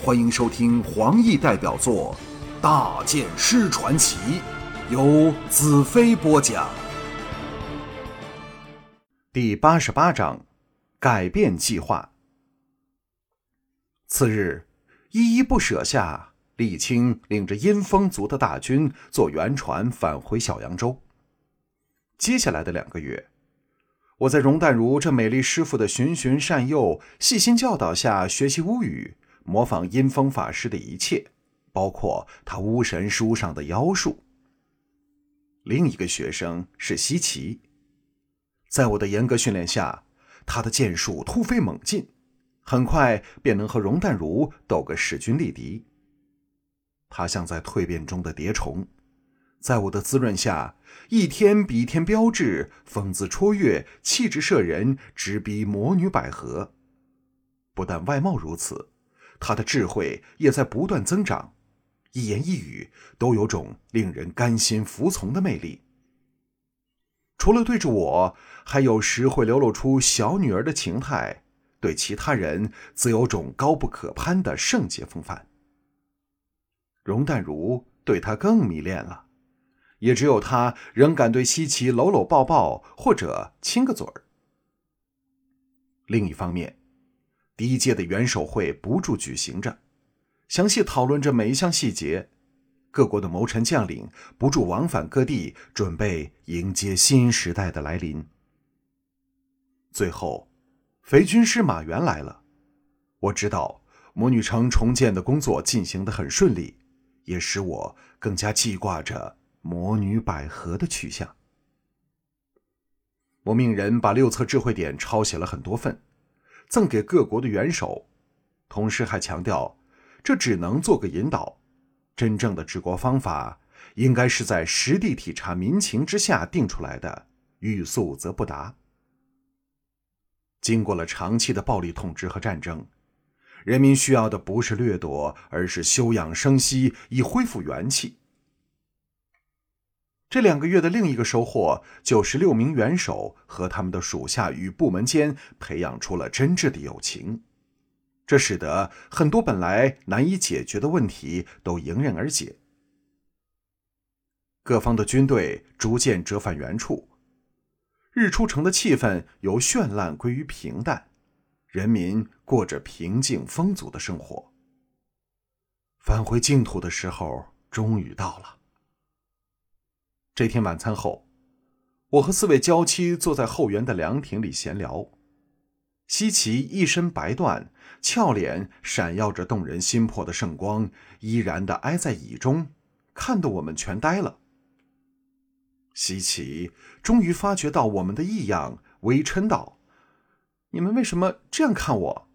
欢迎收听黄奕代表作《大剑师传奇》，由子飞播讲。第88章，改变计划。次日，依依不舍下，李青领着阴风族的大军坐圆船返回小扬州。接下来的2个月，我在容淡如这美丽师傅的循循善诱、细心教导下学习巫语，模仿阴风法师的一切，包括他巫神书上的妖术。另一个学生是西岐，在我的严格训练下，他的剑术突飞猛进，很快便能和容淡如斗个势均力敌。他像在蜕变中的蝶虫，在我的滋润下，一天比一天标致，风姿绰约，气质摄人，直逼魔女百合。不但外貌如此，他的智慧也在不断增长，一言一语都有种令人甘心服从的魅力。除了对着我，还有时会流露出小女儿的情态，对其他人则有种高不可攀的圣洁风范。容淡如对他更迷恋了，也只有他仍敢对西岐搂搂抱抱或者亲个嘴儿。另一方面，第一届的元首会不住举行着，详细讨论着每一项细节，各国的谋臣将领不住往返各地，准备迎接新时代的来临。最后，肥军师马援来了，我知道魔女城重建的工作进行得很顺利，也使我更加记挂着魔女百合的去向。我命人把6册智慧点抄写了很多份，赠给各国的元首，同时还强调这只能做个引导，真正的治国方法应该是在实地体察民情之下定出来的，欲速则不达。经过了长期的暴力统治和战争，人民需要的不是掠夺，而是休养生息，以恢复元气。这2个月的另一个收获，就是6名元首和他们的属下与部门间培养出了真挚的友情，这使得很多本来难以解决的问题都迎刃而解。各方的军队逐渐折返原处，日出城的气氛由绚烂归于平淡，人民过着平静丰足的生活。返回净土的时候终于到了。这天晚餐后，我和4位娇妻坐在后园的凉亭里闲聊。西岐一身白缎，俏脸闪耀着动人心魄的圣光，依然地挨在椅中，看得我们全呆了。西岐终于发觉到我们的异样，微嗔道：“你们为什么这样看我？”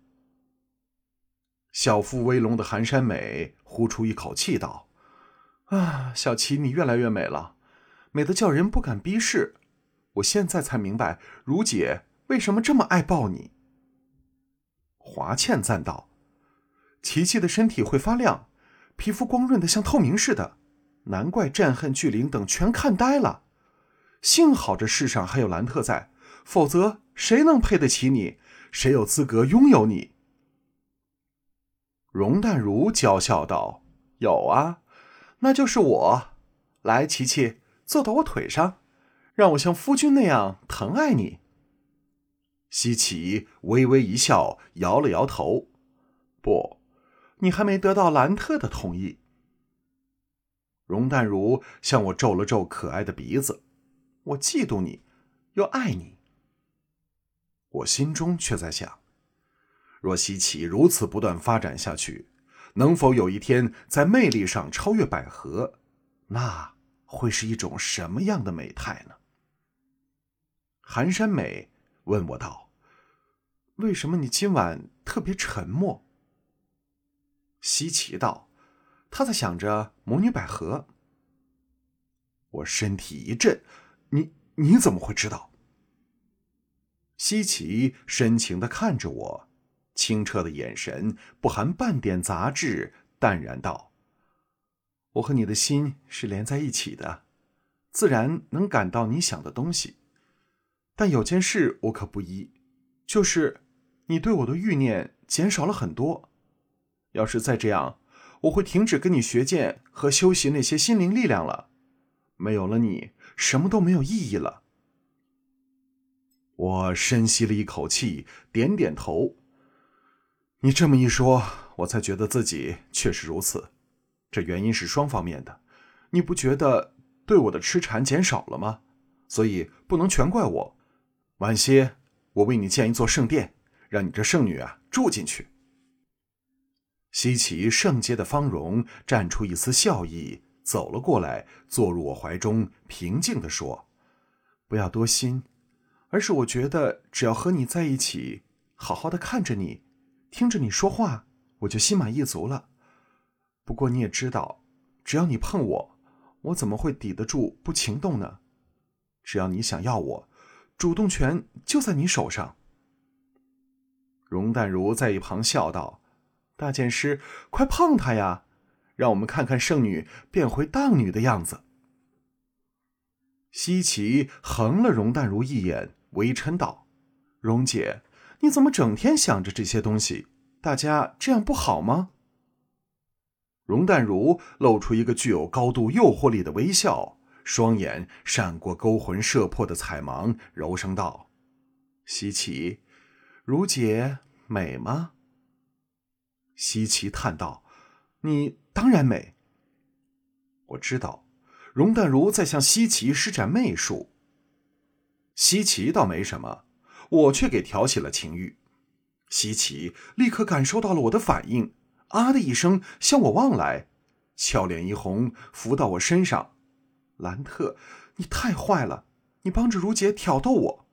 小腹微隆的寒山美呼出一口气道：“啊，小岐你越来越美了，美得叫人不敢逼视。我现在才明白如姐为什么这么爱抱你。”华倩赞道：“琪琪的身体会发亮，皮肤光润得像透明似的，难怪战恨巨灵等全看呆了。幸好这世上还有兰特在，否则谁能配得起你？谁有资格拥有你？”容淡如娇笑道：“有啊，那就是我。来，琪琪，坐到我腿上，让我像夫君那样疼爱你。”西岐微微一笑，摇了摇头：“不，你还没得到兰特的同意。”容淡如向我皱了皱可爱的鼻子：“我嫉妒你，又爱你。”我心中却在想，若西岐如此不断发展下去，能否有一天在魅力上超越百合，那会是一种什么样的美态呢？寒山美问我道：“为什么你今晚特别沉默？”西岐道：“他在想着魔女百合。”我身体一震：“你怎么会知道？”西岐深情地看着我，清澈的眼神不含半点杂质，淡然道：“我和你的心是连在一起的，自然能感到你想的东西。但有件事我可不依，就是你对我的欲念减少了很多。 要是再这样，我会停止跟你学剑和修习那些心灵力量了。没有了你，什么都没有意义了。我深吸了一口气，点点头。你这么一说，我才觉得自己确实如此。这原因是双方面的，你不觉得对我的痴缠减少了吗？所以不能全怪我。晚些我为你建一座圣殿，让你这圣女住进去。西岐圣洁的芳容绽出一丝笑意，走了过来，坐入我怀中，平静地说：不要多心，而是我觉得只要和你在一起，好好的看着你，听着你说话，我就心满意足了。不过你也知道，只要你碰我，我怎么会抵得住不情动呢？只要你想要我，主动权就在你手上。容淡如在一旁笑道：大剑师，快碰她呀，让我们看看圣女变回荡女的样子。西岐横了容淡如一眼，微嗔道：容姐，你怎么整天想着这些东西？大家这样不好吗？容淡如露出一个具有高度诱惑力的微笑，双眼闪过勾魂摄魄的彩芒，柔声道：西岐，如姐美吗？西岐叹道：你当然美。我知道容淡如在向西岐施展媚术，西岐倒没什么，我却给挑起了情欲。西岐立刻感受到了我的反应，啊的一声向我望来，俏脸一红，伏到我身上。兰特，你太坏了，你帮着如姐挑逗我。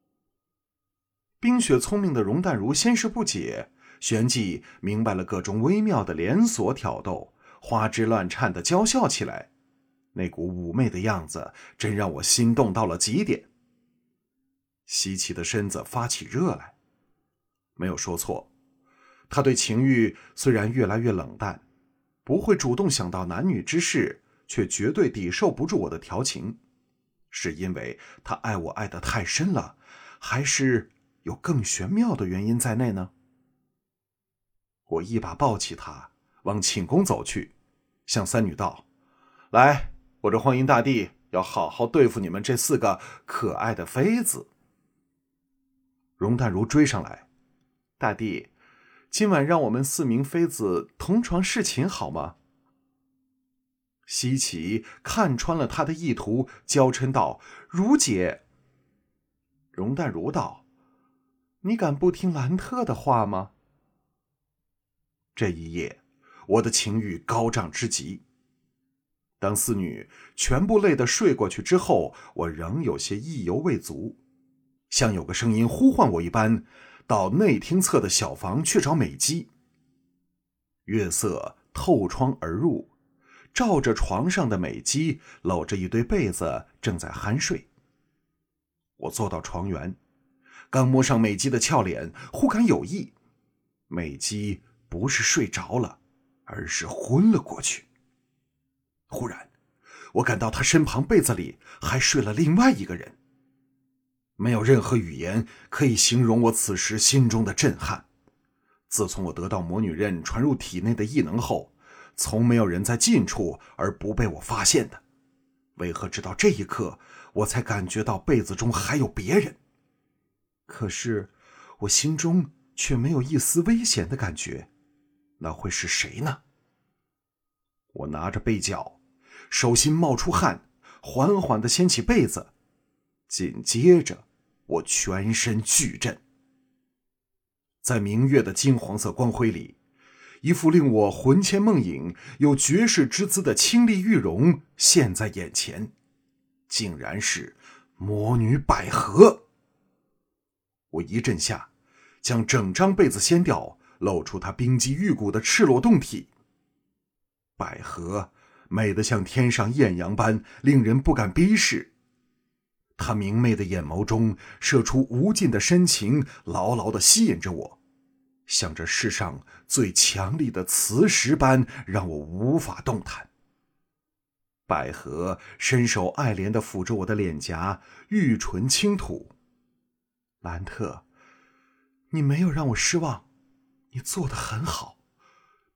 冰雪聪明的容淡如先是不解，旋即明白了各种微妙的连锁挑逗，花枝乱颤地娇笑起来，那股妩媚的样子真让我心动到了极点。西岐的身子发起热来，没有说错，他对情欲虽然越来越冷淡，不会主动想到男女之事，却绝对抵受不住我的调情。是因为他爱我爱得太深了，还是有更玄妙的原因在内呢？我一把抱起他，往寝宫走去，向三女道：来，我这荒淫大帝要好好对付你们这4个可爱的妃子。容淡如追上来：大帝，今晚让我们4名妃子同床侍寝好吗？西岐看穿了他的意图，娇嗔道：如姐。容淡如道：你敢不听兰特的话吗？这一夜我的情欲高涨之极。当4女全部累得睡过去之后，我仍有些意犹未足，像有个声音呼唤我一般，到内厅侧的小房去找美姬。月色透窗而入，照着床上的美姬搂着一堆被子正在酣睡。我坐到床缘，刚摸上美姬的俏脸，忽感有异。美姬不是睡着了，而是昏了过去。忽然我感到她身旁被子里还睡了另外一个人。没有任何语言可以形容我此时心中的震撼。自从我得到魔女刃传入体内的异能后，从没有人在近处而不被我发现的。为何直到这一刻，我才感觉到被子中还有别人？可是我心中却没有一丝危险的感觉。那会是谁呢？我拿着被角，手心冒出汗，缓缓地掀起被子，紧接着我全身剧震。在明月的金黄色光辉里，一副令我魂牵梦萦、有绝世之姿的清丽玉容现在眼前，竟然是魔女百合。我一震下，将整张被子掀掉，露出她冰肌玉骨的赤裸胴体。百合美得像天上艳阳般，令人不敢逼视。她明媚的眼眸中射出无尽的深情，牢牢地吸引着我，像这世上最强力的磁石般，让我无法动弹。百合伸手爱怜地抚着我的脸颊，玉唇轻吐：兰特，你没有让我失望，你做得很好，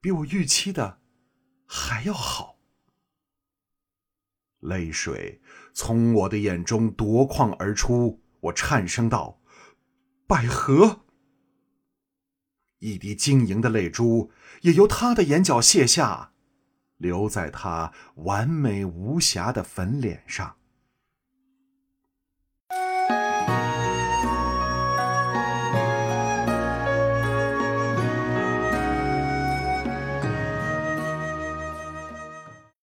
比我预期的还要好。泪水从我的眼中夺眶而出，我颤声道：百合。一滴晶莹的泪珠也由他的眼角泻下，留在他完美无瑕的粉脸上。